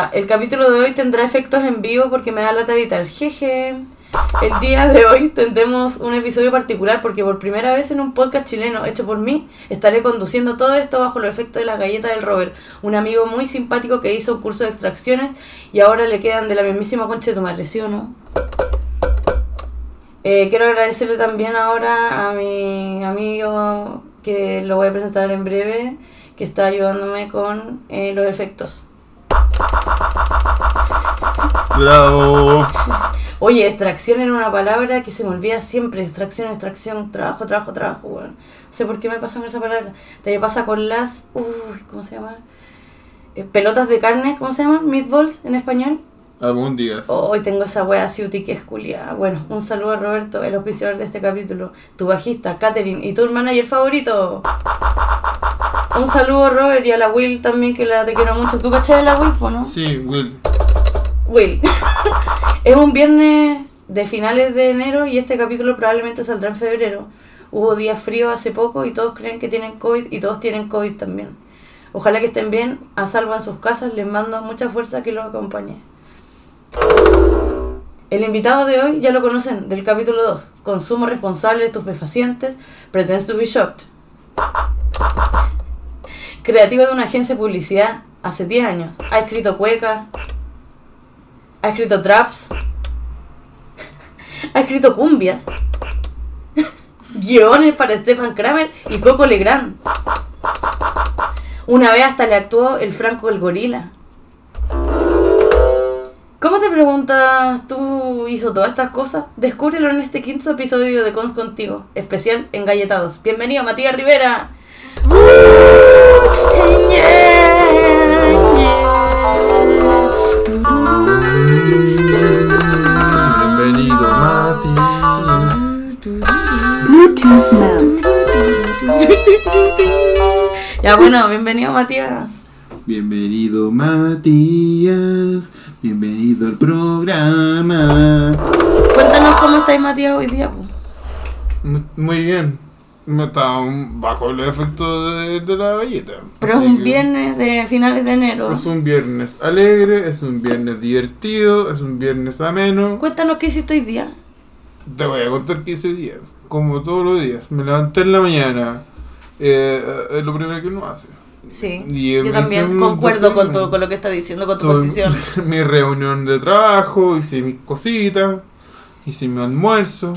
Ya, el capítulo de hoy tendrá efectos en vivo porque me da lata editar. Jeje. El día de hoy tendremos un episodio particular porque por primera vez en un podcast chileno hecho por mí estaré conduciendo todo esto bajo los efectos de las galletas del Robert, un amigo muy simpático que hizo un curso de extracciones y ahora le quedan de la mismísima concha de tu madre, ¿sí o no? Quiero agradecerle también ahora a mi amigo que lo voy a presentar en breve, que está ayudándome con los efectos. Bravo. Oye, extracción era una palabra que se me olvida siempre. Extracción, trabajo, bueno. No sé por qué me pasa con esa palabra. Te pasa con las... ¿cómo se llama? Pelotas de carne, ¿cómo se llaman? Meatballs en español. Albóndigas. Hoy tengo esa wea ciuti que es culiada. Bueno, un saludo a Roberto, el auspiciador de este capítulo. Tu bajista, Katherine, y tu manager favorito. Un saludo a Robert y a la Will también, que te quiero mucho. ¿Tú cachai de la Will, no? Sí, Will. Es un viernes de finales de enero y este capítulo probablemente saldrá en febrero. Hubo días fríos hace poco y todos creen que tienen COVID y todos tienen COVID también. Ojalá que estén bien, a salvo en sus casas. Les mando mucha fuerza, que los acompañe. El invitado de hoy ya lo conocen del capítulo 2. Consumo responsable de estupefacientes. Pretends to be shocked. Creativo de una agencia de publicidad hace 10 años. Ha escrito cueca. Ha escrito traps. Ha escrito cumbias. Guiones para Stefan Kramer y Coco Legrand. Una vez hasta le actuó el Franco el Gorila. ¿Cómo te preguntas tú hizo todas estas cosas? Descúbrelo en este 15º episodio de Cons Contigo, especial Engalletados. Bienvenido, Matías Rivera. Bienvenido, Matías. Bluetooth mode. Ya bueno, bienvenido, Matías. Bienvenido, Matías. Bienvenido al programa. Cuéntanos cómo estáis, Matías, hoy día, po. Muy bien. Está bajo el efecto de la galleta. Pero es un viernes de finales de enero. Es un viernes alegre, es un viernes divertido, es un viernes ameno. Cuéntanos qué hiciste hoy día. Te voy a contar qué hice hoy día. Como todos los días. Me levanté en la mañana. Es lo primero que uno hace. Sí, Y yo también concuerdo con todo, con lo que estás diciendo, con tu posición. Mi reunión de trabajo, hice mis cositas, hice mi almuerzo.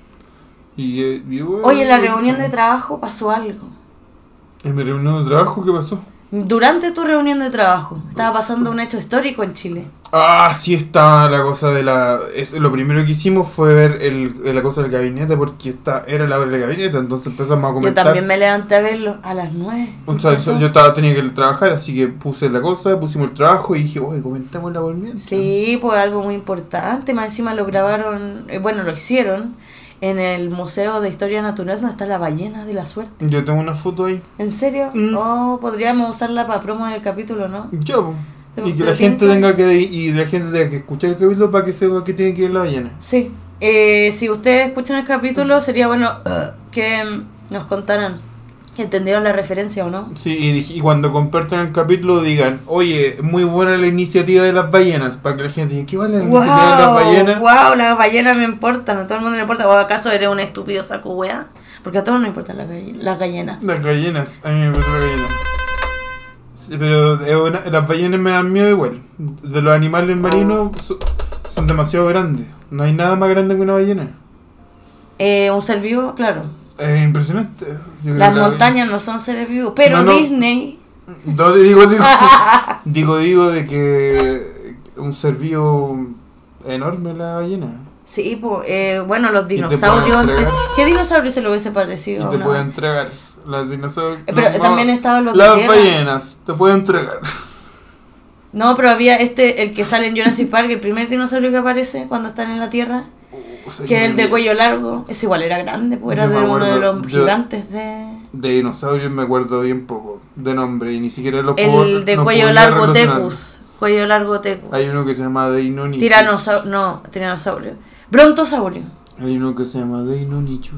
Y bueno, Oye, en la reunión de trabajo pasó algo. ¿En mi reunión de trabajo qué pasó? Durante tu reunión de trabajo estaba pasando un hecho histórico en Chile. Ah, sí, está la cosa de la... lo primero que hicimos fue ver la cosa del gabinete, porque era la hora del gabinete, entonces empezamos a comentar. Yo también me levanté a verlo a las 9. O sea, yo tenía que trabajar, así que puse la cosa, pusimos el trabajo y dije, oye, comentémosla por mientras. Sí, pues algo muy importante. Más encima lo grabaron, lo hicieron en el Museo de Historia Natural donde está la ballena de la suerte. Yo tengo una foto ahí. ¿En serio? Oh, podríamos usarla para promo del capítulo, ¿no? Yo, y que la gente tenga que escuchar el capítulo para que sepa que tiene que ir la ballena. Sí. Si ustedes escuchan el capítulo, sería bueno que nos contaran que entendieron la referencia o no. Sí, y cuando compartan el capítulo digan, oye, muy buena la iniciativa de las ballenas, para que la gente diga, ¿qué vale la iniciativa de las ballenas? Wow, las ballenas me importan, a todo el mundo le importa. ¿O acaso eres un estúpido saco wea? Porque a todos nos importan las gallinas. Las gallinas, a mí me importan las gallinas. Sí, pero las ballenas me dan miedo igual. De los animales marinos son demasiado grandes. No hay nada más grande que una ballena. Un ser vivo, claro. Es impresionante. Las montañas no son seres vivos, pero no. Disney... No, digo de que un ser vivo enorme la ballena. Sí, pues, bueno, los dinosaurios antes... ¿Qué dinosaurio se lo hubiese parecido? Y te pueden entregar. Los dinosaurios... Pero también estaban los las de tierra. Ballenas, te pueden entregar. No, pero había el que sale en Jurassic Park, el primer dinosaurio que aparece cuando están en la Tierra. Que es el de cuello largo. Ese igual era grande, pues era de uno de los gigantes de... De dinosaurios me acuerdo bien poco de nombre y ni siquiera lo puedo... El de cuello largo Tecus. Cuello largo Tecus. Hay uno que se llama Deinonychus. Tiranosaurio. Brontosaurio. Hay uno que se llama Deinonychus.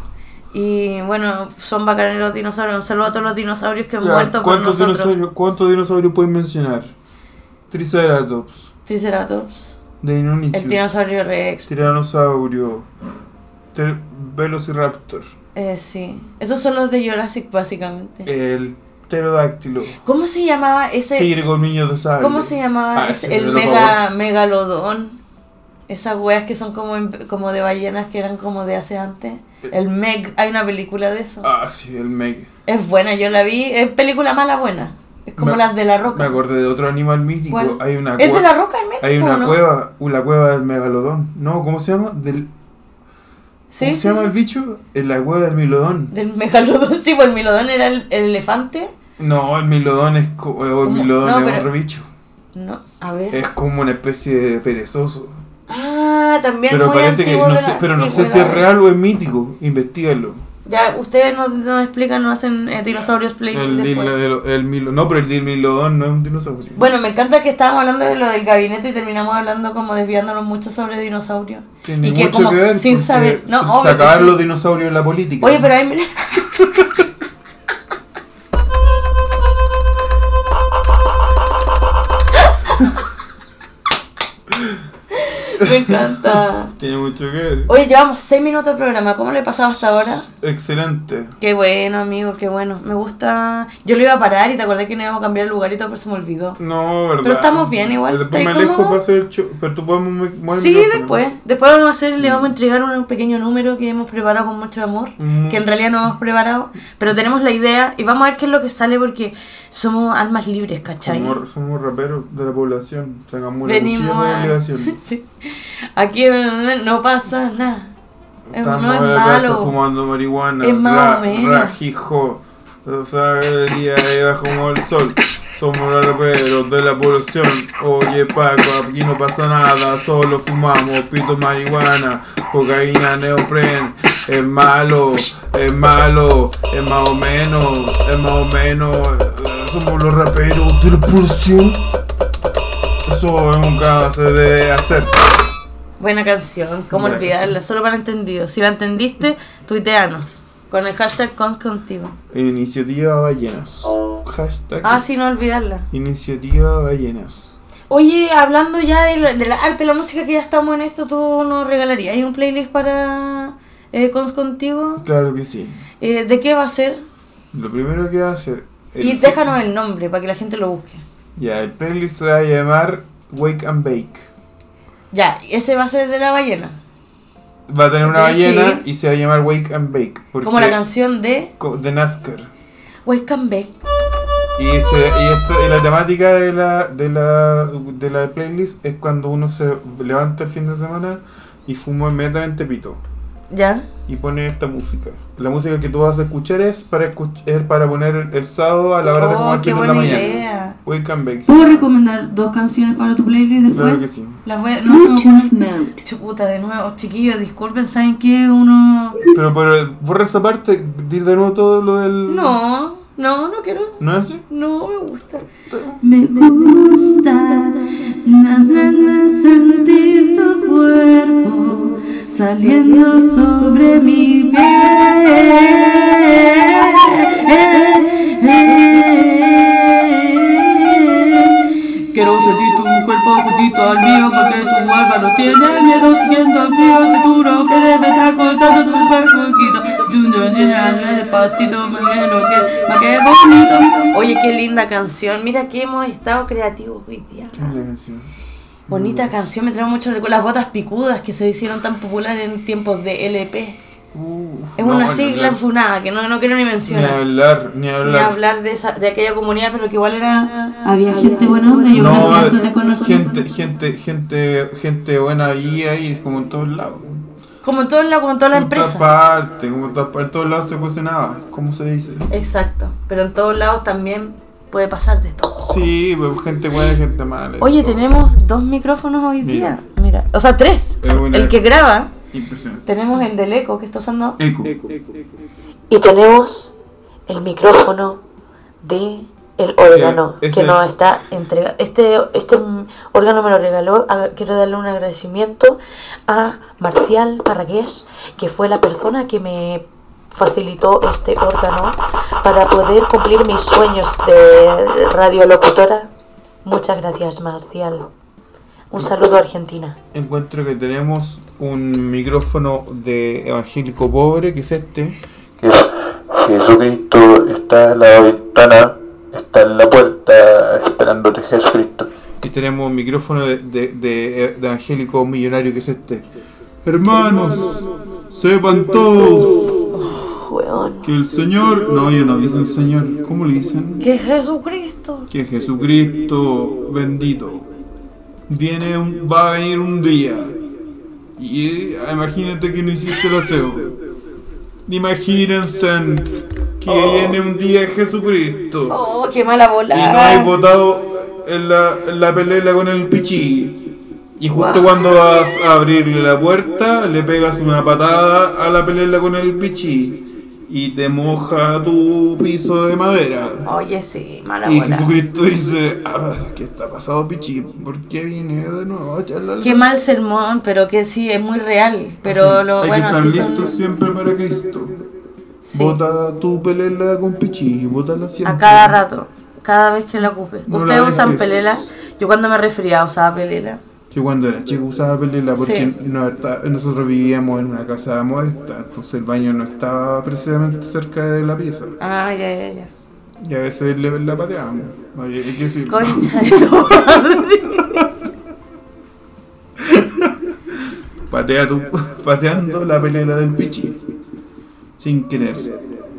Y bueno, son bacanes los dinosaurios. Un saludo a todos los dinosaurios que han muerto por nosotros. ¿Cuántos dinosaurios pueden mencionar? Triceratops. Deinonychus. El tiranosaurio Rex. Tiranosaurio. Velociraptor. Sí. Esos son los de Jurassic, básicamente. El pterodáctilo. ¿Cómo se llamaba ese? Tigre colmillo de sable. ¿Cómo se llamaba ese? El megalodón. Esas weas que son como de ballenas que eran como de hace antes. El Meg. Hay una película de eso. Ah, sí, el Meg. Es buena, yo la vi. Es película mala buena. Es como las de La Roca. Me acordé de otro animal mítico. ¿Cuál? Hay una ¿Es de La Roca el Meg? Hay una ¿no? cueva. La cueva del megalodón. No, ¿cómo se llama? ¿Cómo se llama el bicho? En la cueva del milodón. Del megalodón. Sí, pues el milodón era el elefante. No, el milodón es otro bicho. No, a ver. Es como una especie de perezoso. Ah, también pero muy parece que antiguo no sé si es real o es mítico. Investígalo. Ya, ustedes nos explican, nos hacen dinosaurios play después. No, pero el milodón no es un dinosaurio. Bueno, me encanta que estábamos hablando de lo del gabinete y terminamos hablando como desviándonos mucho sobre dinosaurios. Tiene y que mucho como que ver sin saber, no, obvio se acabaron que sí. los dinosaurios en la política. Oye, pero ahí mira. Me encanta. Tiene mucho que ver. Oye, llevamos 6 minutos de programa. ¿Cómo le he pasado hasta ahora? Excelente. Qué bueno, amigo, qué bueno. Me gusta. Yo lo iba a parar y te acordé que no íbamos a cambiar el lugar y todo, pero se me olvidó. No, verdad. Pero estamos bien igual. Después me alejo para hacer el show. Pero tú podemos mover. Sí, después. Después vamos a hacer, le vamos a entregar un pequeño número que hemos preparado con mucho amor. Que en realidad no hemos preparado. Pero tenemos la idea y vamos a ver qué es lo que sale porque somos almas libres, ¿cachai? Somos raperos de la población. Sacamos una Venimos cuchilla por obligación. Sí. Aquí no pasa nada. Estamos no es en la malo. casa fumando marihuana. Es más o menos. Rajijo. O sea, el día bajo como el sol. Somos los raperos de la población. Oye Paco, aquí no pasa nada. Solo fumamos pito marihuana. Cocaína, neopren. Es malo. Es más o menos. Somos los raperos de la población. Eso nunca se debe hacer. Buena canción, ¿cómo olvidarla? Solo para entendidos. Si la entendiste, tuiteanos. Con el hashtag contigo. Iniciativa Ballenas. Hashtag. Sí, no olvidarla. Iniciativa Ballenas. Oye, hablando ya de la arte, la música, que ya estamos en esto, ¿tú nos regalarías? ¿Hay un playlist para contigo? Claro que sí. ¿De qué va a ser? Lo primero que va a hacer... Y déjanos el nombre para que la gente lo busque. Ya, el playlist se va a llamar Wake and Bake. Ya, ese va a ser de la ballena. Va a tener una ballena sí. y se va a llamar Wake and Bake. Como la canción de NASCAR. Wake and Bake. Y la temática de la playlist es cuando uno se levanta el fin de semana y fuma inmediatamente pito. ¿Ya? Y pone esta música. La música que tú vas a escuchar es para poner el sábado a la hora de fumar pito en la mañana. Idea. Wake and Bake. ¿Puedo recomendar 2 canciones para tu playlist después? Claro que sí. Las voy a... No se me ocurre. Chuputa, de nuevo. Chiquillos, disculpen, ¿saben qué? Pero borra esa parte, dir de nuevo todo lo del... No quiero. ¿No es así? No, me gusta. Me gusta sentir tu cuerpo saliendo sobre mi piel. Quiero sentir tu cuerpo juntito al mío porque tu alma no tiene miedo siguiendo el frío. Si tú no quieres me está contando tu cuerpo. Si tú no tienes despacito me que bonito. Oye, qué linda canción. Mira que hemos estado creativos hoy día. Qué linda canción. Bonita canción, me trae mucho recuerdo. Las botas picudas que se hicieron tan populares en tiempos de LP. Es una sigla enfunada que no quiero ni mencionar. Ni hablar de aquella comunidad, pero que igual había gente buena onda. Yo gracias a eso te conocí. Gente buena ahí es como en todos lados. Como en todas las empresas. Como en todos lados se cuestionaba, ¿cómo se dice? Exacto, pero en todos lados también puede pasar de todo. Sí, pues gente buena y gente mala. Oye, tenemos 2 micrófonos hoy día. Mira, o sea, 3. El que graba. Impresionante. Tenemos el del eco que está usando. Eco. Y tenemos el micrófono de el órgano que nos está entregando. Este órgano me lo regaló. Quiero darle un agradecimiento a Marcial Parragués, que fue la persona que me facilitó este órgano para poder cumplir mis sueños de radiolocutora Muchas gracias, Marcial. Un saludo a Argentina. Encuentro que tenemos un micrófono de evangélico pobre, que es este. Que Jesucristo está en la ventana, está en la puerta esperándote, Jesucristo. Y tenemos un micrófono de evangélico millonario, que es este. Hermanos, sepan todos que el Señor... No, ellos no dicen Señor. ¿Cómo le dicen? Que Jesucristo. Que Jesucristo bendito va a venir un día. Y imagínate que no hiciste el aseo. Imagínense que viene un día Jesucristo. Oh, qué mala Y no volada. hay botado en la pelela con el pichí. Y justo cuando vas a abrirle la puerta, le pegas una patada a la pelela con el pichí. Y te moja tu piso de madera. Oye, sí, mala Y volada. Jesucristo dice, ¿qué está pasado, pichí? ¿Por qué viene de nuevo a echarle al... Qué mal sermón, pero que sí, es muy real. Pero lo Hay bueno, que estar así son... listos siempre para Cristo. Sí, Bota tu pelela con pichí, bótala siempre. a cada rato, cada vez que la ocupe. No ¿Ustedes la usan dejes. pelela? Yo cuando me refería usaba pelela. Yo cuando era chico usaba pelela porque Sí. nosotros vivíamos en una casa modesta, entonces el baño no estaba precisamente cerca de la pieza. Ah, ya. Y a veces la pateábamos. Oye, hay que decirlo. Concha de tu madre. Pateando la pelela del pichi. Sin querer.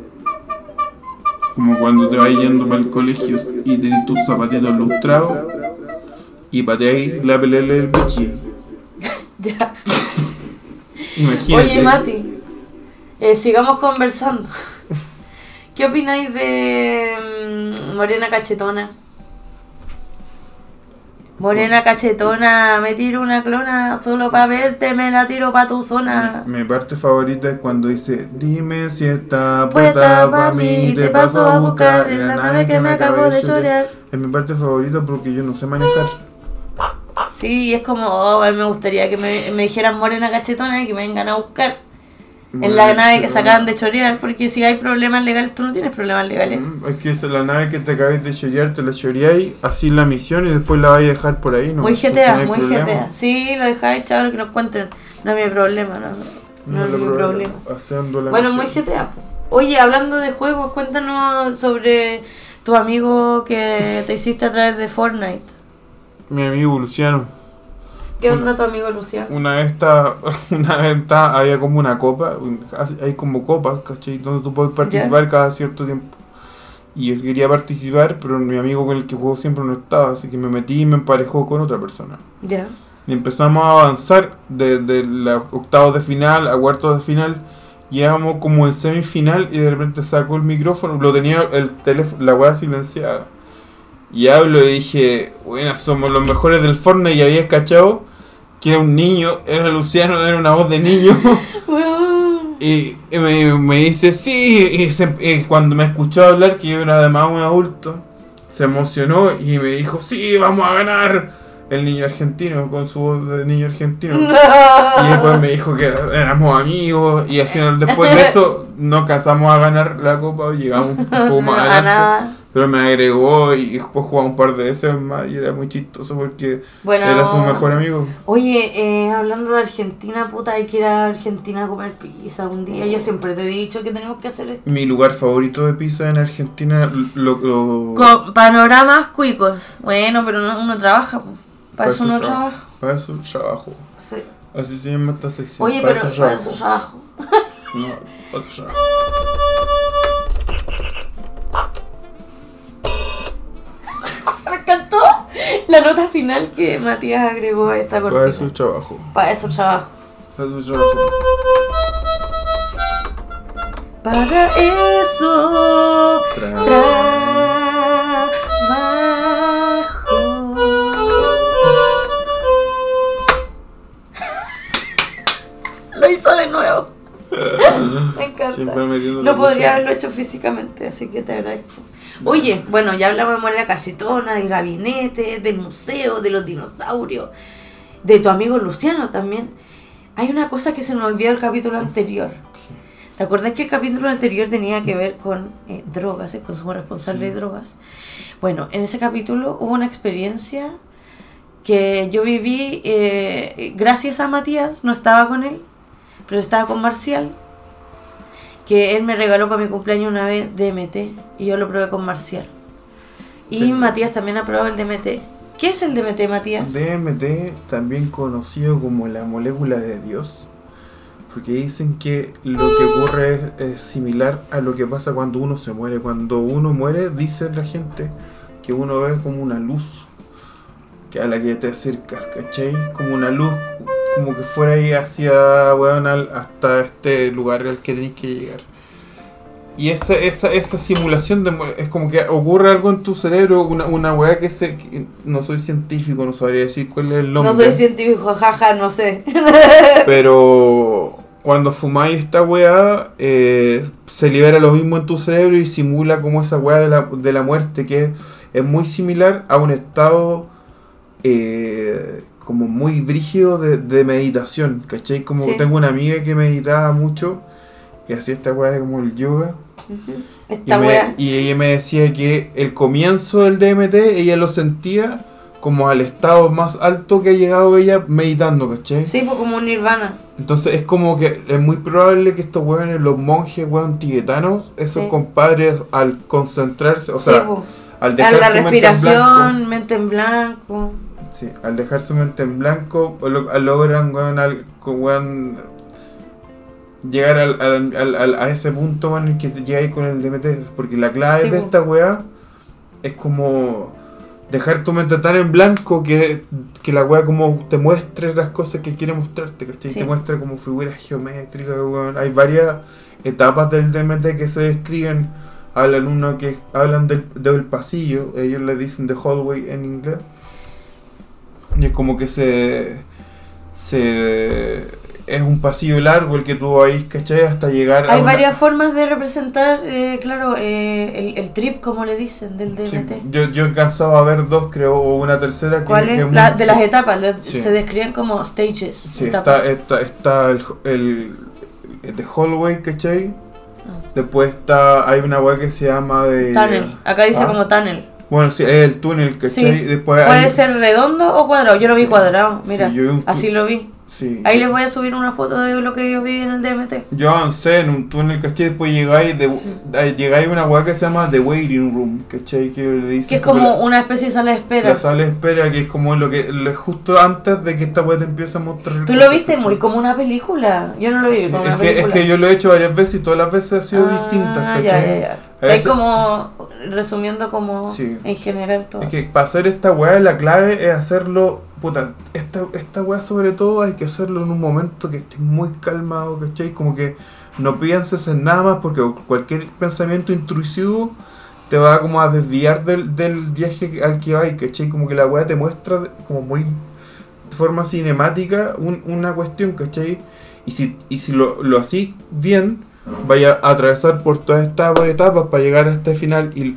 Como cuando te vas yendo para el colegio y tenés tus zapatitos lustrados y pateáis la pelela del pichi. Ya. Imagínate. Oye, Mati, sigamos conversando. ¿Qué opináis de Morena Cachetona? Morena Cachetona, me tiro una clona solo pa' verte, me la tiro pa' tu zona. Mi parte favorita es cuando dice: dime si está Puesta puesta pa' pa' mí, mí, te paso a buscar en la nave que me acabo de llorar. Es mi parte favorita porque yo no sé manejar. Sí, y es como, oh, me gustaría que me dijeran Morena Cachetona y que me vengan a buscar en la nave que se acaban de chorear, porque si hay problemas legales, tú no tienes problemas legales. Es que es la nave que te acabas de chorear, te la choreáis, así la misión y después la vais a dejar por ahí, ¿no? Muy Entonces GTA, no hay muy problema. GTA. Sí, lo dejáis, chaval, que no encuentren. No es mi problema, no es mi problema. Haciendo la Bueno, muy misión. GTA. po. Oye, hablando de juegos, cuéntanos sobre tu amigo que te hiciste a través de Fortnite. Mi amigo Luciano. ¿Qué onda tu amigo Luciano? Una vez había como una copa, hay como copas, ¿cachai? Donde tú puedes participar cada cierto tiempo. Y él quería participar, pero mi amigo con el que juego siempre no estaba, así que me metí y me emparejó con otra persona. Ya. Y empezamos a avanzar de la octavos de final a cuartos de final. Llegamos como en semifinal y de repente sacó el micrófono, lo tenía el teléfono, la weá silenciada. Y hablo y dije, bueno, somos los mejores del Fortnite, y había cachado que era un niño, era Luciano, era una voz de niño. Weón. Y me dice, sí, y cuando me escuchó hablar, que yo era además un adulto, se emocionó y me dijo, sí, vamos a ganar. El niño argentino, con su voz de niño argentino. Y después me dijo que éramos amigos, y al final, después de eso, nos casamos a ganar la copa y llegamos un poco más A adelante. nada. Pero me agregó y después jugaba un par de veces más y era muy chistoso porque Bueno. era su mejor amigo. Oye, hablando de Argentina, puta, hay que ir a Argentina a comer pizza un día. Yo siempre te he dicho que tenemos que hacer esto. Mi lugar favorito de pizza en Argentina Con panoramas cuicos. Bueno, pero uno trabaja, pues. Para eso uno trabaja. Para eso trabajo. Sí. Así se llama esta sección. Oye, para pero eso para trabajo. eso trabajo. No, para eso trabajo. Me encantó la nota final que Matías agregó a esta cortina. Para eso trabajo. Para eso trabajo. Para eso trabajo. Para eso trabajo. Lo hizo de nuevo. Me encanta. Siempre metiendo No la podría cuchara. haberlo hecho físicamente, así que te agradezco. Oye, bueno, ya hablamos de Morena Cachetona, del gabinete, del museo, de los dinosaurios, de tu amigo Luciano también. Hay una cosa que se nos olvidó del capítulo anterior. ¿Te acuerdas que el capítulo anterior tenía que ver con drogas, el consumo responsable de drogas? Bueno, en ese capítulo hubo una experiencia que yo viví gracias a Matías, no estaba con él, pero estaba con Marcial, que él me regaló para mi cumpleaños una vez DMT y yo lo probé con Marcial. Y Sí. Matías también ha probado el DMT. ¿Qué es el DMT, Matías? DMT, también conocido como la molécula de Dios, porque dicen que lo que ocurre es similar a lo que pasa cuando uno se muere. Cuando uno muere, dice la gente que uno ve como una luz que a la que te acercas, ¿cachai? Como una luz, como que fuera ahí hacia, weón, hasta este lugar al que tenéis que llegar. Y esa simulación es como que ocurre algo en tu cerebro, una weá que no soy científico, no sabría decir cuál es el nombre. No soy científico, jaja, no sé. Pero cuando fumáis esta weá, se libera lo mismo en tu cerebro y simula como esa weá de la muerte, que es muy similar a un estado como muy brígido de meditación, ¿cachai? Como Sí. tengo una amiga que meditaba mucho y hacía esta weá de como el yoga. Esta wea. Y ella me decía que el comienzo del DMT ella lo sentía como al estado más alto que ha llegado ella meditando, ¿cachai? Sí, pues como un nirvana. Entonces es como que es muy probable que estos weones, los monjes, weón, tibetanos, esos Sí. compadres al concentrarse, o Sí, sea, pues. al A dejar la su mente en blanco, respiración, mente en blanco. sí, al dejar su mente en blanco, logran, weón, llegar a ese punto, weón, en el que te llegáis con el DMT, porque la clave Sí, de po. esta weá es como dejar tu mente tan en blanco que la weá como te muestre las cosas que quiere mostrarte, ¿cachai? Sí. Te muestra como figuras geométricas, weón. Hay varias etapas del DMT que se describen. Hablan del pasillo, ellos le dicen the hallway en inglés. Y es como que es un pasillo largo el que tú vais, ¿cachai? Hasta llegar Hay a varias formas de representar, claro, el trip, como le dicen, del Sí, DMT. yo he alcanzado a ver dos, creo, o una tercera que ¿Cuál que es? muy- De las etapas, Sí. se describen como stages. Sí, etapas. está el The Hallway, ¿cachai? Ah. Después hay una web que se llama de... Tunnel, acá dice Ah. como tunnel. Bueno, sí, es el túnel, ¿cachai? Sí. Después Puede ser redondo o cuadrado. Yo lo vi Sí. cuadrado, mira, Sí, yo vi un así lo vi. Sí. Ahí les voy a subir una foto de lo que yo vi en el DMT. Yo avancé en un túnel, ¿cachai? Después llegáis a una web que se llama The Waiting Room, ¿cachai? Que le dicen Que es como una especie de sala de espera. la sala de espera, que es como lo justo antes de que esta web te empiece a mostrar. Tú lo viste muy como una película. Yo no lo vi Sí, como una es película. que yo lo he hecho varias veces y todas las veces ha sido distintas, ¿cachai? Ya. A Ahí veces- como resumiendo como Sí. en general todo. Es que para hacer esta weá la clave es hacerlo, puta, esta weá sobre todo hay que hacerlo en un momento que estés muy calmado, ¿cachai? Como que no pienses en nada más porque cualquier pensamiento intrusivo te va como a desviar del viaje al que vais, ¿cachai? Como que la weá te muestra como muy de forma cinemática una cuestión, ¿cachai? Y si lo hacís bien, vaya a atravesar por todas estas etapas para llegar a este final y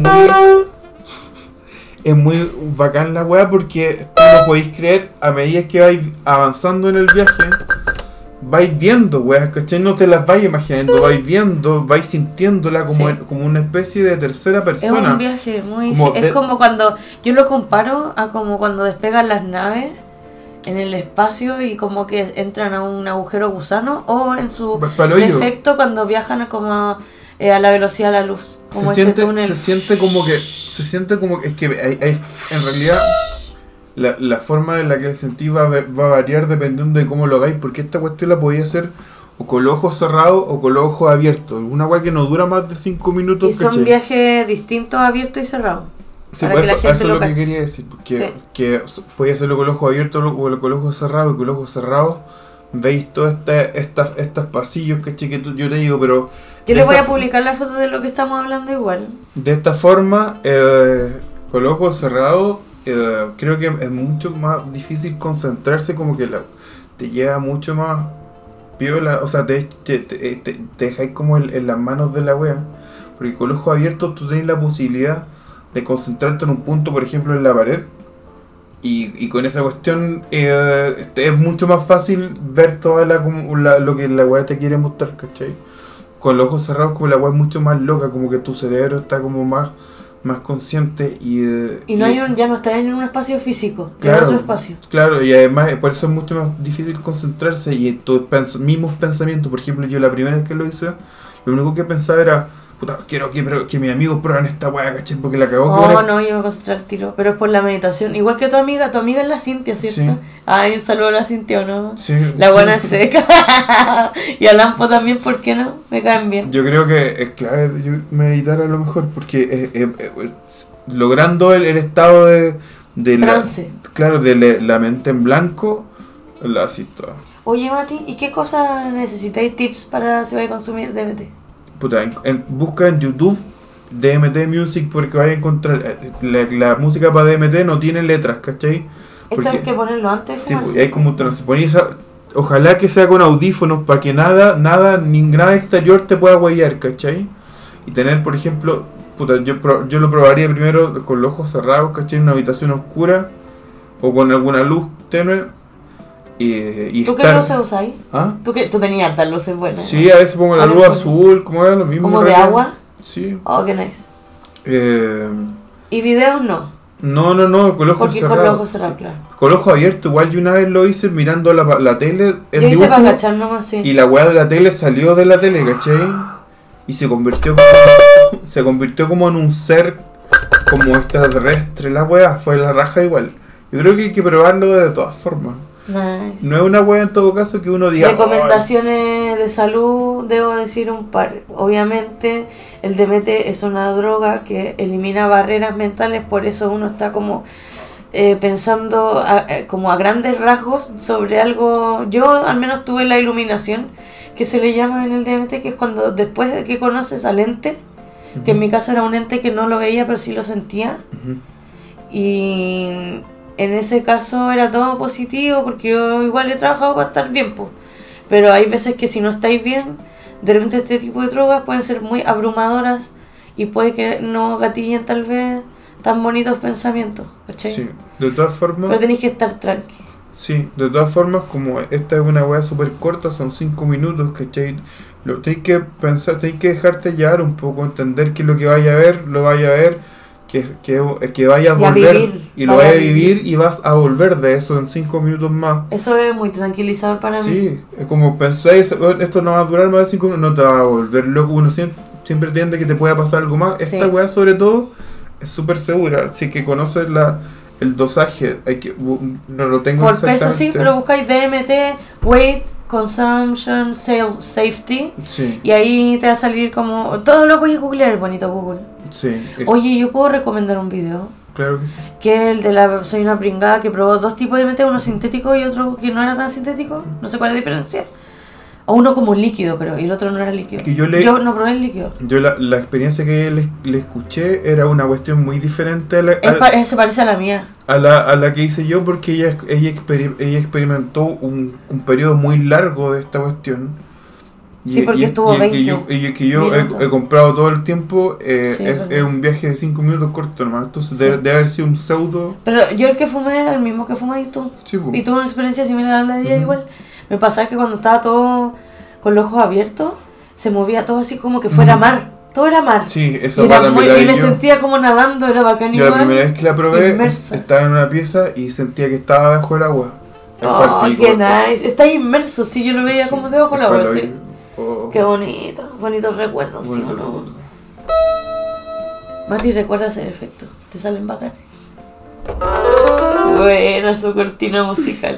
es muy bacán la weá porque tú no podéis creer a medida que vais avanzando en el viaje, vais viendo weas, ¿cachai? No te las vais imaginando, vais viendo, vais sintiéndola como, Sí. como una especie de tercera Es persona. un viaje muy... Como es de- como cuando... Yo lo comparo a como cuando despegan las naves en el espacio y como que entran a un agujero gusano o en su Pues pa'l hoyo. defecto cuando viajan a como a la velocidad de la luz. Como se túnel. siente como que es que hay en realidad la forma en la que el sentido va a variar dependiendo de cómo lo hagáis, porque esta cuestión la podía hacer o con los ojos cerrados o con los ojos abiertos, una weá que no dura más de 5 minutos. Y son ¿cachai? viajes distintos, abiertos y cerrados. Sí, para pues que la eso gente es lo lo que cache. quería decir, porque Sí. que podía hacerlo con los ojos abiertos o con los ojos cerrados, y con los ojos cerrados veis todos estos pasillos, ¿cachai? Que yo te digo, pero Yo de les voy esa a publicar la foto de lo que estamos hablando igual. de esta forma, con los ojos cerrados, creo que es mucho más difícil concentrarse, como que te lleva mucho más piola, o sea, te dejáis como en las manos de la wea, porque con los ojos abiertos tú tenés la posibilidad de concentrarte en un punto, por ejemplo, en la pared, y con esa cuestión es mucho más fácil ver toda lo que la wea te quiere mostrar, ¿cachai? con los ojos cerrados como la weá es mucho más loca, como que tu cerebro está como más consciente y no hay ya no está en un espacio físico, claro, en otro espacio. Claro, y además por eso es mucho más difícil concentrarse y tus mismos pensamientos. Por ejemplo, yo la primera vez que lo hice, lo único que pensaba era, puta, quiero que mis amigos prueben esta weá, ¿cachai? Porque la cagó. No, yo me concentré al tiro, pero es por la meditación. Igual que tu amiga es la Cintia, ¿cierto? Sí. Ay, un saludo a la Cintia, ¿o no? Sí. La buena es seca. Y a Lampo también, ¿por qué no? Me caen bien. Yo creo que es clave meditar a lo mejor, porque logrando el estado de trance. Claro, de la mente en blanco, la así toda. Oye, Mati, ¿y qué cosas necesitáis tips para si vais a consumir DMT? Puta, busca en YouTube DMT Music porque vais a encontrar la música para DMT no tiene letras, ¿cachai? Esto hay que ponerlo antes de sí, fumarse. hay como se ponía ojalá que sea con audífonos para que nada exterior te pueda huellar, ¿cachai? Y tener, por ejemplo, puta, yo lo probaría primero con los ojos cerrados, ¿cachai? En una habitación oscura o con alguna luz tenue. Y ¿Tú qué luces usáis? ¿Ah? ¿Tú tenías hartas luces buenas? Sí, a veces pongo la luz azul, como era lo mismo. ¿Como de agua? Sí. Oh, qué nice. ¿Y videos no? No, con los ojos porque cerrados. con los ojos cerrados, sí. claro. Con los ojos abiertos, igual yo una vez lo hice mirando la tele. Yo hice para cachar nomás, sí. Y la weá de la tele salió de la tele, ¿cachai? Y se convirtió como en un ser como extraterrestre, la weá, fue la raja igual. Yo creo que hay que probarlo de todas formas. Nice. No es una weá en todo caso que uno diga. Recomendaciones de salud, debo decir un par. Obviamente el DMT es una droga que elimina barreras mentales, por eso uno está como pensando como a grandes rasgos sobre algo. Yo al menos tuve la iluminación que se le llama en el DMT, que es cuando después de que conoces al ente, que en mi caso era un ente que no lo veía pero sí lo sentía, y en ese caso era todo positivo porque yo igual he trabajado para estar bien, pues. Pero hay veces que si no estáis bien, de repente este tipo de drogas pueden ser muy abrumadoras y puede que no gatillen tal vez tan bonitos pensamientos, ¿cachai? Sí, de todas formas. Pero tenéis que estar tranqui. Sí, de todas formas, como esta es una weá súper corta, son 5 minutos, ¿cachai? Lo tenéis que pensar, tenéis que dejarte llevar un poco, entender que lo que vaya a ver, lo vaya a ver, que vaya a volver y lo vaya a vivir y vas a volver de eso en 5 minutos más. Eso es muy tranquilizador para mí. Sí, es como pensáis, esto no va a durar más de 5 minutos, no te va a volver loco, uno siempre entiende que te pueda pasar algo más. Sí. Esta weá sobre todo es súper segura, así que conoces el dosaje, no lo tengo por exactamente. peso sí, pero buscáis DMT, Weight, Consumption, Safety, Sí, y ahí te va a salir como... Todo lo puedes googlear, bonito Google. sí. Oye, ¿yo puedo recomendar un video? Claro que sí. Que es el de soy una pringada que probó 2 tipos de DMT, uno sintético y otro que no era tan sintético. No sé cuál es la diferencia. O uno como líquido, creo, y el otro no era líquido. Que yo no probé el líquido. Yo la experiencia que le escuché era una cuestión muy diferente Se parece a la mía. a la que hice yo, porque ella experimentó un periodo muy largo de esta cuestión. Sí, porque estuvo 20 que yo he comprado todo el tiempo, Sí, es un viaje de 5 minutos corto nomás, entonces Sí. debe haber sido un pseudo. Pero yo el que fumé era el mismo que fumáis tú. Sí, po. Y tuve una experiencia similar a la de ella igual. Me pasaba que cuando estaba todo con los ojos abiertos, se movía todo así como que fuera mar. Todo era mar. Sí, esa Y, pata me la y di me yo. sentía como nadando, era bacán Yo igual. la primera vez que la probé, inmersa. estaba en una pieza y sentía que estaba bajo el agua. Oh, qué nice. Está inmerso, sí, yo lo veía como debajo del agua, sí. Oh, Qué bonito, bonitos recuerdos, ¿sí o no? Mati, recuerda hacer efecto, te salen bacanes. Buena su cortina musical.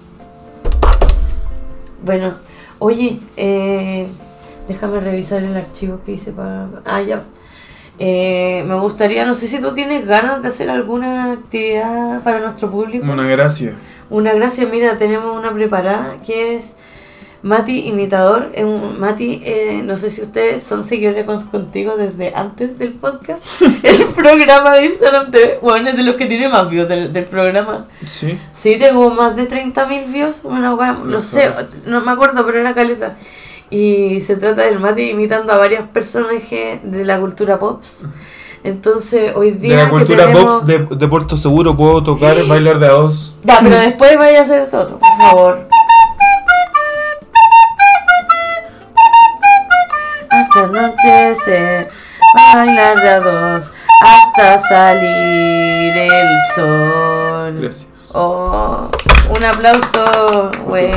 Bueno, oye, déjame revisar el archivo que hice para... Ah, ya. Me gustaría, no sé si tú tienes ganas de hacer alguna actividad para nuestro público. una gracia. Una gracia, mira, tenemos una preparada que es Mati Imitador. Mati, no sé si ustedes son seguidores contigo desde antes del podcast. El programa de Instagram, bueno, es de los que tiene más views del programa. Sí. Sí, tengo más de 30.000 views. No sé, no me acuerdo, pero era caleta. Y se trata del Mati imitando a varios personajes de la cultura pops. Entonces, hoy día. De la cultura que tenemos... pops de Puerto Seguro puedo tocar bailar de a dos. Ya, pero después vaya a hacer esto otro, por favor. Esta noche se bailar de a dos hasta salir el sol. Gracias. Oh, un aplauso, güey.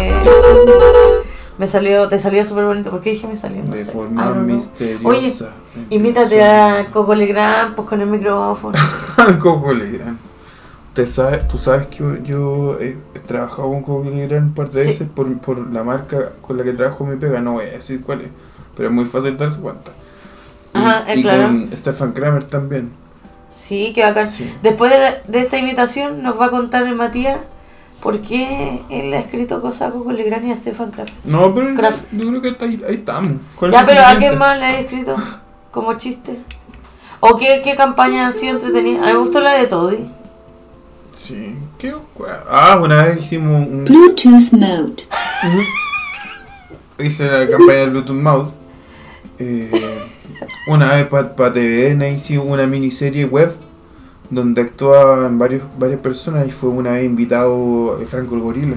Te salió súper bonito. ¿Por qué dije me salió? No De sé. forma I don't know. misteriosa. Oye, invítate a Coco Legrand, pues con el micrófono. Al Coco Legrand. Tú sabes que yo he trabajado con Coco Legrand un par de Sí. veces por la marca con la que trabajo mi pega, no voy a decir cuál es, pero es muy fácil darse cuenta. Ajá, y claro. con Stefan Kramer también. Sí, qué bacán. Sí. Después de esta invitación nos va a contar el Matías por qué él ha escrito cosas a Coco Legrand y a Stefan Kraft. No, pero Kraft. yo creo que ahí estamos. ¿Cuál Ya, es pero ¿a suficiente? quién más le ha escrito como chiste? ¿O qué campaña ha sido entretenida? A mí me gustó la de Toddy. Sí. Una vez hicimos Bluetooth mode. hice la campaña del Bluetooth Mouse. Una vez para TVN hice una miniserie web donde actuaban varias personas y fue una vez invitado Franco el Gorila.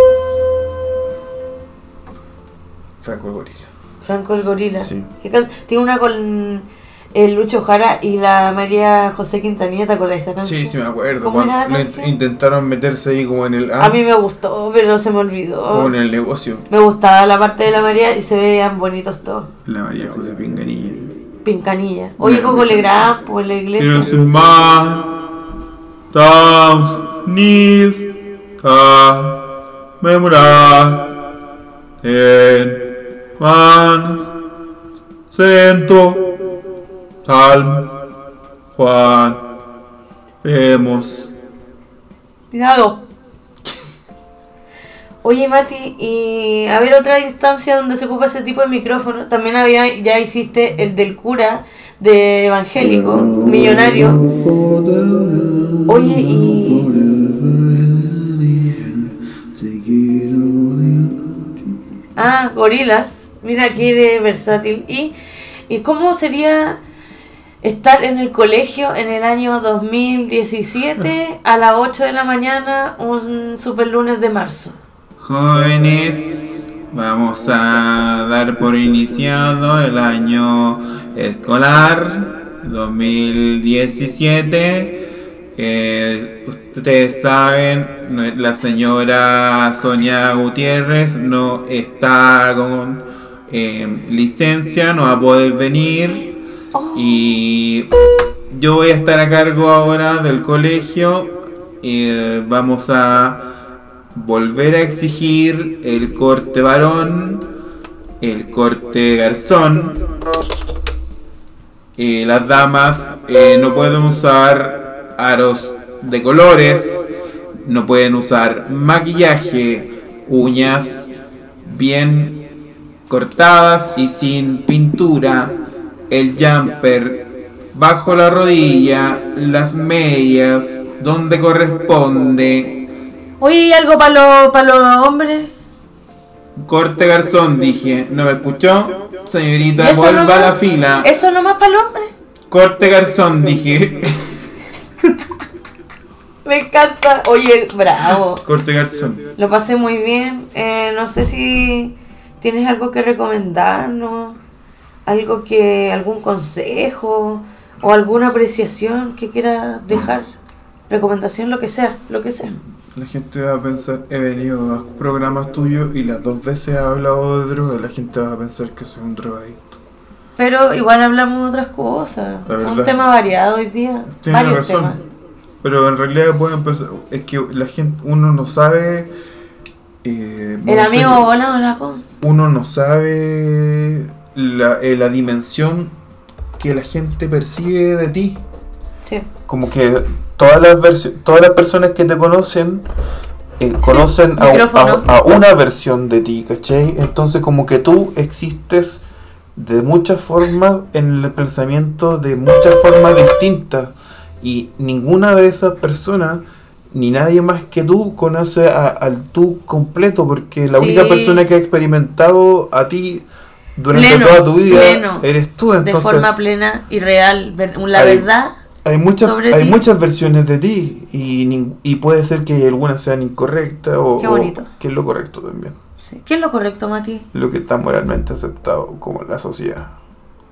Franco el Gorila. Sí. Tiene una con el Lucho Jara y la María José Quintanilla, ¿te acordás de esa canción? Sí, me acuerdo. ¿Cómo era la Cuando canción? intentaron meterse ahí como en el A mí me gustó, pero se me olvidó. como en el negocio. Me gustaba la parte de la María y se veían bonitos todos. La María José Pinganilla. Pincanilla. Oye, Mira, Coco mucho. Legrand, pues la iglesia. Pero sin más, Towns, Nis, memorar, en manos, Cento, Salmo, Juan, vemos. Cuidado. Oye, Mati, y a ver otra instancia donde se ocupa ese tipo de micrófono. También ya hiciste el del cura de evangélico, millonario. Oye, y... Gorilas. Mira que eres versátil. ¿Y cómo sería estar en el colegio en el año 2017 a las 8 de la mañana, un super lunes de marzo? Jóvenes, vamos a dar por iniciado el año escolar 2017. Ustedes saben, la señora Sonia Gutiérrez no está con licencia, no va a poder venir. Y yo voy a estar a cargo ahora del colegio. Vamos a volver a exigir el corte varón, el corte garzón. Las damas no pueden usar aros de colores, no pueden usar maquillaje, uñas bien cortadas y sin pintura, el jumper bajo la rodilla, las medias donde corresponde. Oye, ¿y algo para los hombres? Corte garzón, dije. ¿No me escuchó? Señorita, ¿Y eso vuelva nomás? a la fila. ¿Eso nomás para los hombres? Corte garzón, dije. Me encanta. Oye, bravo. Corte garzón. Lo pasé muy bien. No sé si tienes algo que recomendarnos, algún consejo o alguna apreciación que quieras dejar. Recomendación, lo que sea. La gente va a pensar, he venido a programas tuyos y las 2 veces he hablado de droga. La gente va a pensar que soy un drogadicto. Pero igual hablamos de otras cosas. La Fue un verdad. tema variado hoy día. Tiene Varios razón. temas. Pero en realidad pueden pensar, es que la gente, uno no sabe. El amigo volado la cosa. Uno no sabe la dimensión que la gente percibe de ti. Sí. Como que todas las personas que te conocen conocen Micrófono. a una versión de ti, ¿cachai? Entonces como que tú existes de muchas formas en el pensamiento, de muchas formas distintas, y ninguna de esas personas ni nadie más que tú conoce al tú completo, porque la Sí. única persona que ha experimentado a ti durante Pleno, toda tu vida pleno. eres tú. De Entonces forma plena y real. La Hay- verdad. hay sobre ti. muchas versiones de ti, y puede ser que algunas sean incorrectas Qué bonito. o que es lo correcto también, Sí. ¿Qué es lo correcto, Mati? lo que está moralmente aceptado como la sociedad.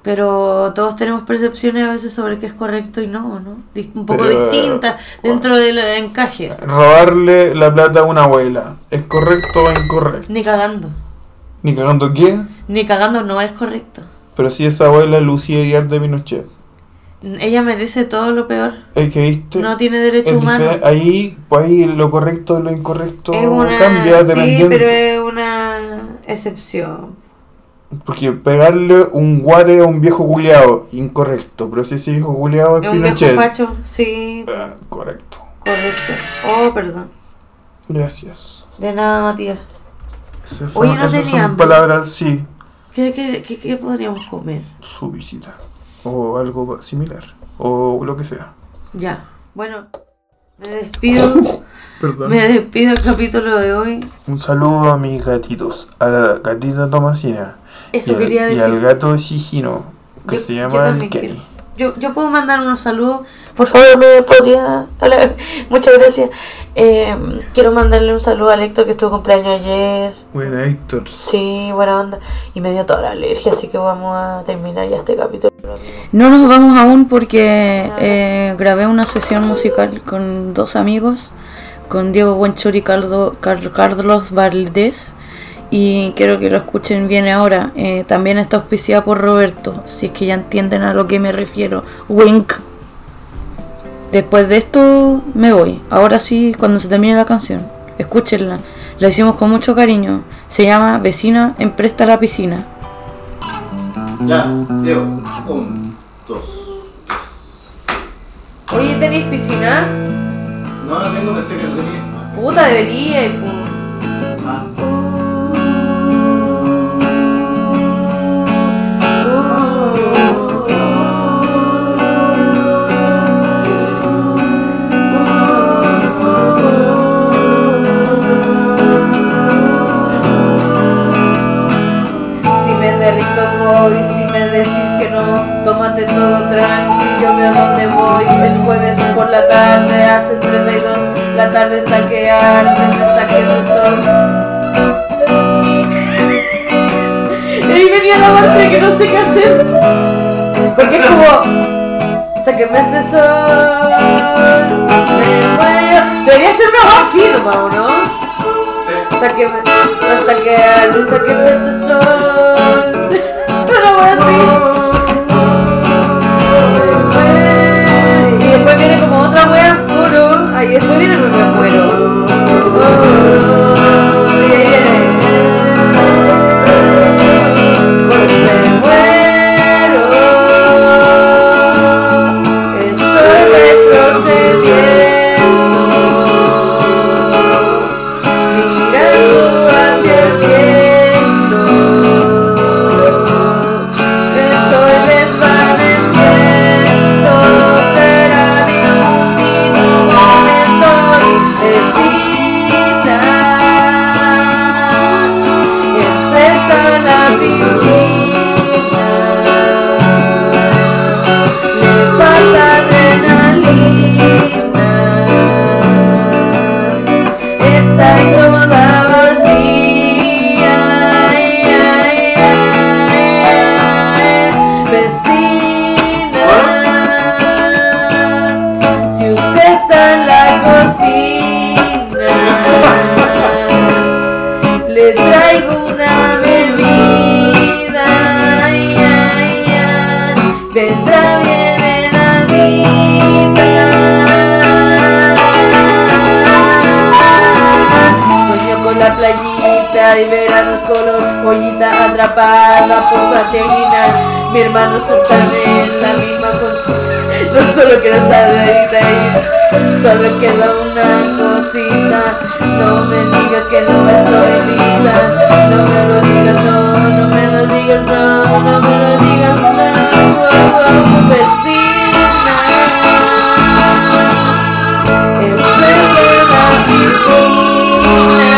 Pero todos tenemos percepciones a veces sobre qué es correcto y no, ¿no? Un poco Pero, distintas dentro del encaje. Robarle la plata a una abuela, ¿es correcto o incorrecto? Ni cagando. ¿Ni cagando qué? Ni cagando no es correcto. Pero si esa abuela es Lucía Iriart de Pinochet. Ella merece todo lo peor. ¿Es que viste? No tiene derecho humano. Ahí, pues ahí lo correcto y lo incorrecto Es una... cambia Sí, dependiendo. pero es una excepción. Porque pegarle un guare a un viejo culiao, incorrecto. Pero si ese viejo culiao es Es un Pinochet. viejo facho, sí, Correcto. correcto. Oh, perdón. Gracias. De nada, Matías. Esas no tenía son hambre. palabras, sí. ¿Qué podríamos comer? Su visita. O algo similar. O lo que sea. Ya. Bueno, me despido. Perdón. Me despido del capítulo de hoy. Un saludo a mis gatitos. A la gatita Tomasina. Eso y quería Y decir. al gato Shihino. Que se llama el también Kenny. quiero. Yo puedo mandar unos saludos. Por favor, me podría. Muchas gracias. Quiero mandarle un saludo a Héctor que estuvo cumpleaños ayer. Buena, Héctor. Sí, buena onda. Y me dio toda la alergia, así que vamos a terminar ya este capítulo. No nos vamos aún porque grabé una sesión musical con dos amigos, con Diego Buenchor y Carlos Valdés. Y quiero que lo escuchen bien ahora. También está auspiciada por Roberto, si es que ya entienden a lo que me refiero. Wink. Después de esto me voy. Ahora sí, cuando se termine la canción, escúchenla. La hicimos con mucho cariño. Se llama Vecina, empresta la piscina. Ya, Diego. 1, 2, 3. Oye, ¿tenéis piscina? No, no tengo, pensé que lo tenía. Puta, debería. Ah. Si me derrito voy, si me decís que no, tómate todo tranqui, yo veo dónde voy. Es jueves por la tarde, hace 32, la tarde está que arde, me saqué este sol. Y ahí venía la parte que no sé qué hacer, porque es como, sáqueme este sol, me muero. Debería ser una voz así nomás, ¿no? Sí. Sáqueme hasta que arde, sáqueme este sol. No voy así. Y después viene como otra wea puro. Ahí después viene el me muero. Y ahí viene. Me muero. Estoy retrocediendo. Mirando hacia el cielo, estoy desvaneciendo, será mi último momento y vecina, empresta la piscina, le falta adrenalina. Está en toda vacía, vecina. Si usted está en la cocina, le traigo una bebida. Vendrá bien heladita. Sueño con la playita y veranos color ollita atrapada por Santiaguina. Mi hermano está en la misma cosita. No solo quiero estar ahí, solo queda una cosita. No me digas que no estoy lista. No me lo digas, no, no me lo digas, no, no me lo digas, no, vecina. Emprende la piscina.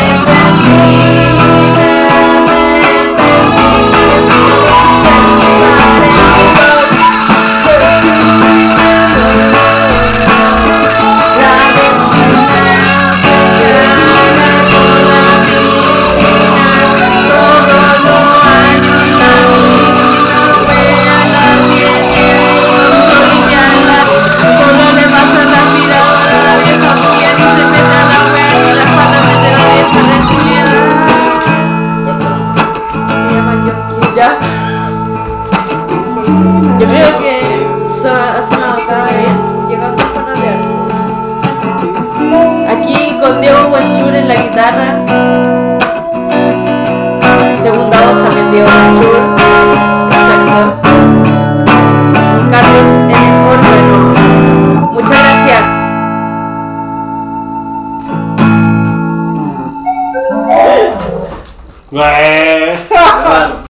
Sabes, me Yo creo que hace una nota llegando a panadear. Aquí con Diego Guanchur en la guitarra. Segunda voz también Diego Guanchur. Exacto. Y Carlos en el órgano. Muchas gracias. Claro.